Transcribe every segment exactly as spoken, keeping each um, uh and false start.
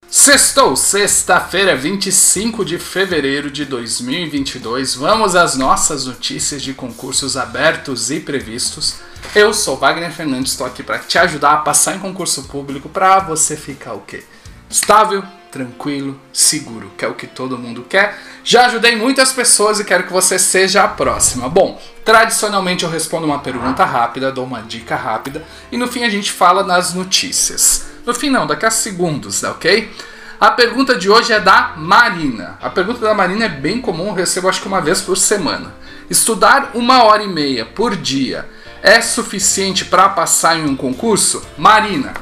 Sextou, sexta-feira, vinte e cinco de fevereiro de dois mil e vinte e dois. Vamos às nossas notícias de concursos abertos e previstos. Eu sou Wagner Fernandes, estou aqui para te ajudar a passar em concurso público para você ficar o quê? Estável, tranquilo, seguro, que é o que todo mundo quer. Já ajudei muitas pessoas e quero que você seja a próxima. Bom, tradicionalmente eu respondo uma pergunta rápida, dou uma dica rápida e no fim a gente fala nas notícias. No fim não, daqui a segundos, ok? A pergunta de hoje é da Marina. A pergunta da Marina é bem comum, eu recebo acho que uma vez por semana. Estudar uma hora e meia por dia é suficiente para passar em um concurso? Marina,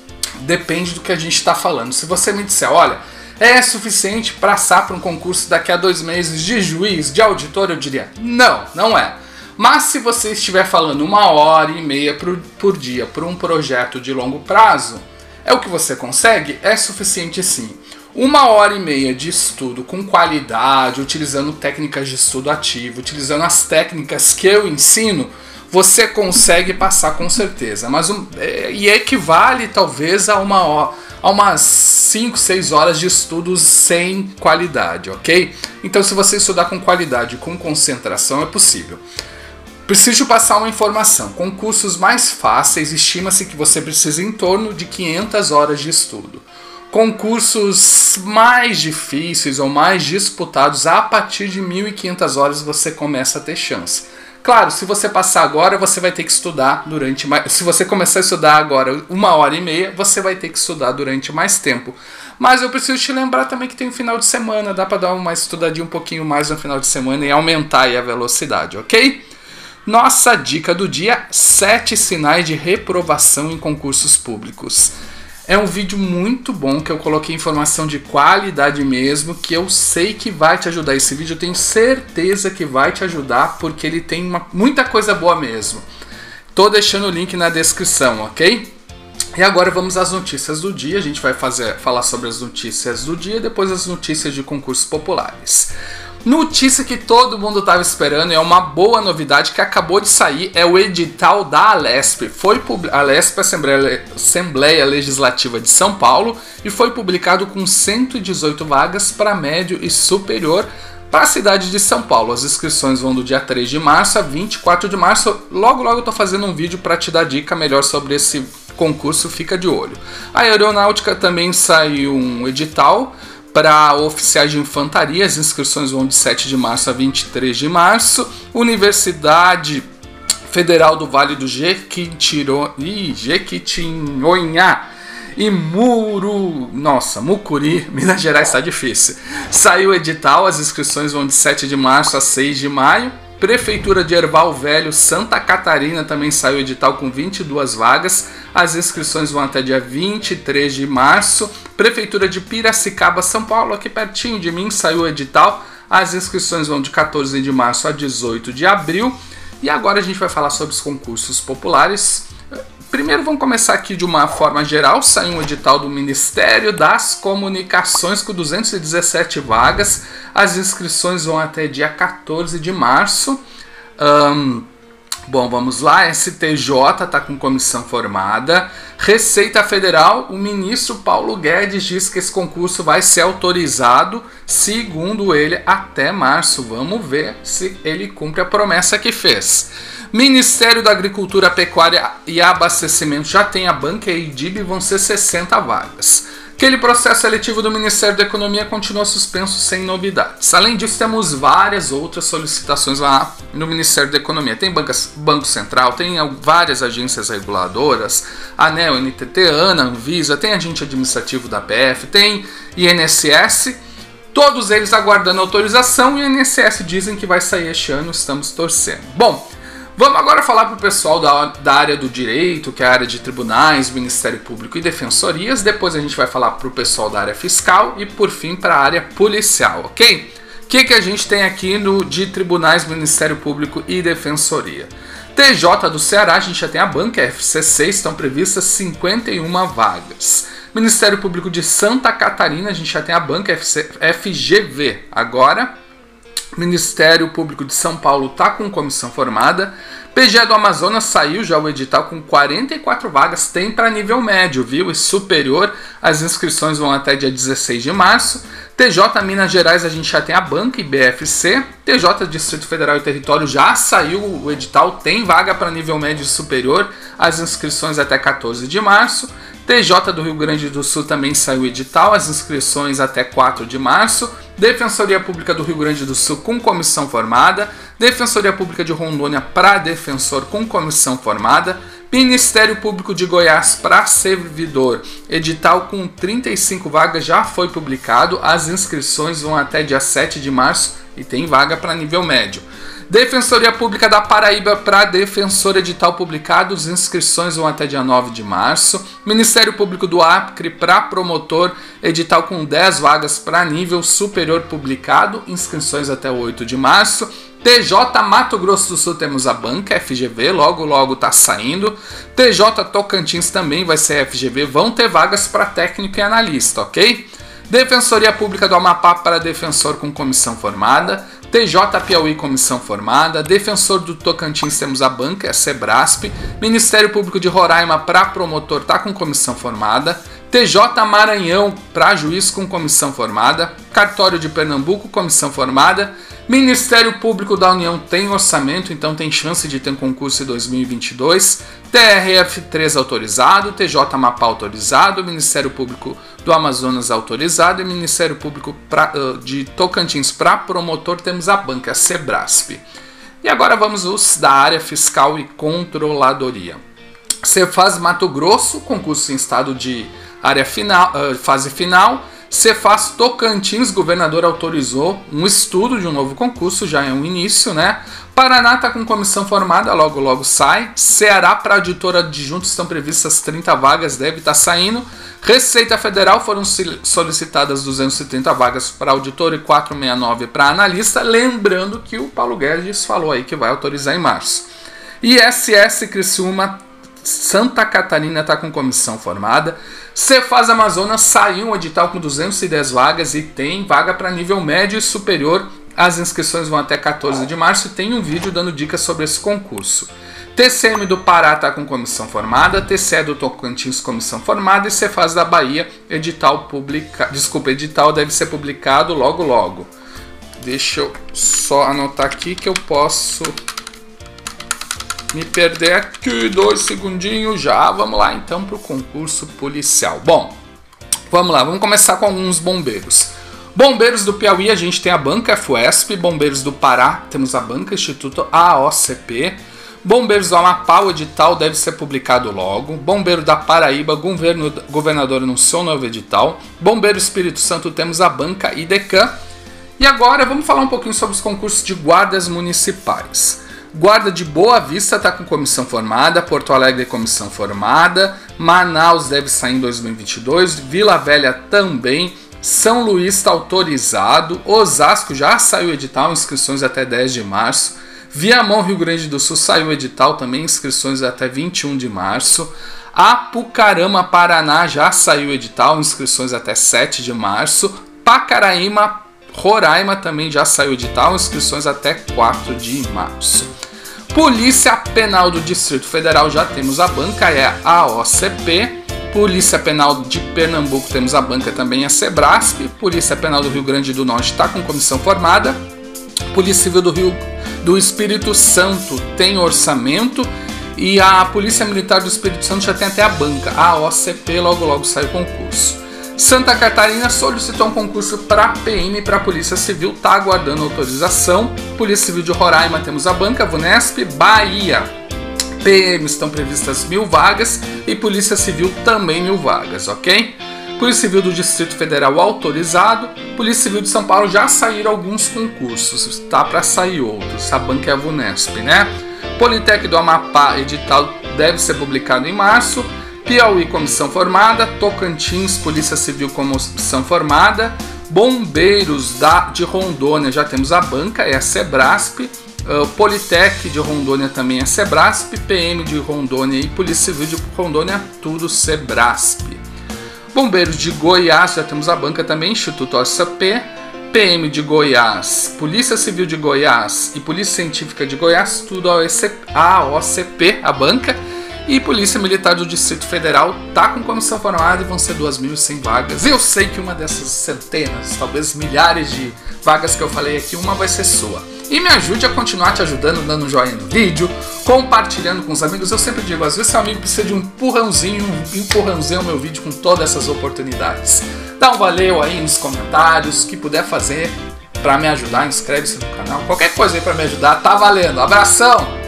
depende do que a gente está falando. Se você me disser, olha, é suficiente para passar para um concurso daqui a dois meses de juiz, de auditor, eu diria, não, não é. Mas se você estiver falando uma hora e meia por, por dia por um projeto de longo prazo, é o que você consegue? É suficiente sim. Uma hora e meia de estudo com qualidade, utilizando técnicas de estudo ativo, utilizando as técnicas que eu ensino, você consegue passar com certeza. Mas um, é, e equivale talvez a uma hora, a umas cinco, seis horas de estudos sem qualidade, ok? Então se você estudar com qualidade, com concentração, é possível. Preciso passar uma informação. Concursos mais fáceis, estima-se que você precisa em torno de quinhentas horas de estudo. Concursos mais difíceis ou mais disputados, a partir de mil e quinhentas horas você começa a ter chance. Claro, se você passar agora, você vai ter que estudar durante mais... Se você começar a estudar agora uma hora e meia, você vai ter que estudar durante mais tempo. Mas eu preciso te lembrar também que tem um final de semana, dá para dar uma estudadinha um pouquinho mais no final de semana e aumentar aí a velocidade, ok? Nossa dica do dia, sete sinais de reprovação em concursos públicos. É um vídeo muito bom que eu coloquei informação de qualidade mesmo, que eu sei que vai te ajudar. Esse vídeo eu tenho certeza que vai te ajudar, porque ele tem uma, muita coisa boa mesmo. Tô deixando o link na descrição, ok? E agora vamos às notícias do dia. A gente vai fazer, falar sobre as notícias do dia e depois as notícias de concursos populares. Notícia que todo mundo estava esperando, é uma boa novidade que acabou de sair, é o edital da Alesp. Foi a Alesp, Assembleia, Assembleia Legislativa de São Paulo, e foi publicado com cento e dezoito vagas para médio e superior para a cidade de São Paulo. As inscrições vão do dia três de março a vinte e quatro de março. Logo logo eu estou fazendo um vídeo para te dar dica melhor sobre esse concurso, fica de olho. A Aeronáutica também saiu um edital para oficiais de infantaria, as inscrições vão de sete de março a vinte e três de março. Universidade Federal do Vale do Jequitiro... Ih, Jequitinhonha e Muru... Nossa, Mucuri, Minas Gerais está difícil. Saiu o edital, as inscrições vão de sete de março a seis de maio. Prefeitura de Erval Velho, Santa Catarina, também saiu o edital com vinte e duas vagas. As inscrições vão até dia vinte e três de março. Prefeitura de Piracicaba, São Paulo, aqui pertinho de mim, saiu o edital. As inscrições vão de quatorze de março a dezoito de abril. E agora a gente vai falar sobre os concursos populares. Primeiro vamos começar aqui de uma forma geral. Saiu um edital do Ministério das Comunicações com duzentas e dezessete vagas. As inscrições vão até dia quatorze de março. Um, bom, vamos lá. S T J está com comissão formada. Receita Federal, o ministro Paulo Guedes diz que esse concurso vai ser autorizado, segundo ele, até março. Vamos ver se ele cumpre a promessa que fez. Ministério da Agricultura, Pecuária e Abastecimento já tem a banca e I D B, vão ser sessenta vagas. Aquele processo seletivo do Ministério da Economia continua suspenso sem novidades. Além disso, temos várias outras solicitações lá no Ministério da Economia. Tem bancas, Banco Central, tem várias agências reguladoras, ANEEL, N T T, ANA, Anvisa, tem agente administrativo da P F, tem I N S S, todos eles aguardando autorização e o I N S S dizem que vai sair este ano, estamos torcendo. Bom, vamos agora falar para o pessoal da, da área do direito, que é a área de tribunais, Ministério Público e defensorias. Depois a gente vai falar para o pessoal da área fiscal e, por fim, para a área policial, ok? O que, que a gente tem aqui no, de tribunais, Ministério Público e defensoria? T J do Ceará, a gente já tem a banca, F C C, estão previstas cinquenta e uma vagas. Ministério Público de Santa Catarina, a gente já tem a banca, F G V. Agora... Ministério Público de São Paulo está com comissão formada. P G E do Amazonas saiu já o edital com quarenta e quatro vagas, tem para nível médio, viu? E superior, as inscrições vão até dia dezesseis de março. T J Minas Gerais a gente já tem a banca e B F C. T J Distrito Federal e Território já saiu o edital, tem vaga para nível médio e superior, as inscrições até quatorze de março. T J do Rio Grande do Sul também saiu o edital, as inscrições até quatro de março. Defensoria Pública do Rio Grande do Sul com comissão formada. Defensoria Pública de Rondônia para defensor com comissão formada. Ministério Público de Goiás para servidor. Edital com trinta e cinco vagas já foi publicado. As inscrições vão até dia sete de março e tem vaga para nível médio. Defensoria Pública da Paraíba para defensor, edital publicado, as inscrições vão até dia nove de março. Ministério Público do Acre para promotor, edital com dez vagas para nível superior publicado, inscrições até oito de março. T J Mato Grosso do Sul temos a banca, F G V, logo logo tá saindo. T J Tocantins também vai ser F G V, vão ter vagas para técnico e analista, ok? Defensoria Pública do Amapá para defensor com comissão formada. T J Piauí, comissão formada. Defensor do Tocantins temos a banca, é a Sebrasp. Ministério Público de Roraima para promotor tá com comissão formada. T J Maranhão para juiz com comissão formada. Cartório de Pernambuco, comissão formada. Ministério Público da União tem orçamento, então tem chance de ter um concurso em dois mil e vinte e dois. T R F três autorizado, T J Amapá autorizado, Ministério Público do Amazonas autorizado e Ministério Público pra, uh, de Tocantins para promotor temos a banca, a Sebrasp. E agora vamos os da área fiscal e controladoria. Cefaz Mato Grosso, concurso em estado de área final, uh, fase final. Cefaz Tocantins, governador autorizou um estudo de um novo concurso, já é um início, né? Paraná está com comissão formada, logo logo sai. Ceará para auditor adjunto estão previstas trinta vagas, deve estar tá saindo. Receita Federal foram solicitadas duzentas e trinta vagas para auditor e quatrocentos e sessenta e nove para analista. Lembrando que o Paulo Guedes falou aí que vai autorizar em março. I S S Criciúma, Santa Catarina está com comissão formada. Cefaz Amazonas saiu um edital com duzentas e dez vagas e tem vaga para nível médio e superior. As inscrições vão até quatorze de março e tem um vídeo dando dicas sobre esse concurso. T C M do Pará está com comissão formada, T C E do Tocantins comissão formada e Cefaz da Bahia, edital publica... Desculpa, edital deve ser publicado logo logo. Deixa eu só anotar aqui que eu posso me perder aqui, dois segundinhos já. Vamos lá então para o concurso policial. Bom, vamos lá, vamos começar com alguns bombeiros. Bombeiros do Piauí, a gente tem a banca F U E S P. Bombeiros do Pará, temos a banca Instituto A O C P. Bombeiros do Amapá, o edital deve ser publicado logo. Bombeiro da Paraíba, governo, governador anunciou novo edital. Bombeiro Espírito Santo, temos a banca I D C A M. E agora vamos falar um pouquinho sobre os concursos de guardas municipais. Guarda de Boa Vista está com comissão formada, Porto Alegre comissão formada, Manaus deve sair em dois mil e vinte e dois, Vila Velha também, São Luís está autorizado, Osasco já saiu o edital, inscrições até dez de março, Viamão, Rio Grande do Sul, saiu o edital também, inscrições até vinte e um de março, Apucarama, Paraná, já saiu o edital, inscrições até sete de março, Pacaraíma, Roraima também já saiu o edital, inscrições até quatro de março. Polícia Penal do Distrito Federal, já temos a banca, é a A O C P. Polícia Penal de Pernambuco, temos a banca também, a Sebrasp. Polícia Penal do Rio Grande do Norte está com comissão formada. Polícia Civil do Rio do Espírito Santo tem orçamento. E a Polícia Militar do Espírito Santo já tem até a banca, a O C P, logo logo sai o concurso. Santa Catarina solicitou um concurso para P M para a Polícia Civil, está aguardando autorização. Polícia Civil de Roraima temos a banca, Vunesp. Bahia, P M estão previstas mil vagas e Polícia Civil também mil vagas, ok? Polícia Civil do Distrito Federal autorizado. Polícia Civil de São Paulo já saíram alguns concursos, está para sair outros, a banca é a Vunesp, né? Politec do Amapá, edital deve ser publicado em março. Piauí, comissão formada. Tocantins, Polícia Civil, comissão formada. Bombeiros da, de Rondônia, já temos a banca, é a Sebrasp. Uh, Politec de Rondônia também é Sebrasp. P M de Rondônia e Polícia Civil de Rondônia, tudo Sebrasp. Bombeiros de Goiás, já temos a banca também, Instituto O C P. P M de Goiás, Polícia Civil de Goiás e Polícia Científica de Goiás, tudo A O C P, a banca, e Polícia Militar do Distrito Federal tá com comissão formada e vão ser duas mil e cem vagas. Eu sei que uma dessas centenas, talvez milhares de vagas que eu falei aqui, uma vai ser sua. E me ajude a continuar te ajudando, dando um joinha no vídeo, compartilhando com os amigos. Eu sempre digo, às vezes seu amigo precisa de um empurrãozinho, um empurrãozinho ao meu vídeo com todas essas oportunidades. Dá um valeu aí nos comentários, que puder fazer para me ajudar, inscreve-se no canal, qualquer coisa aí para me ajudar, tá valendo. Abração!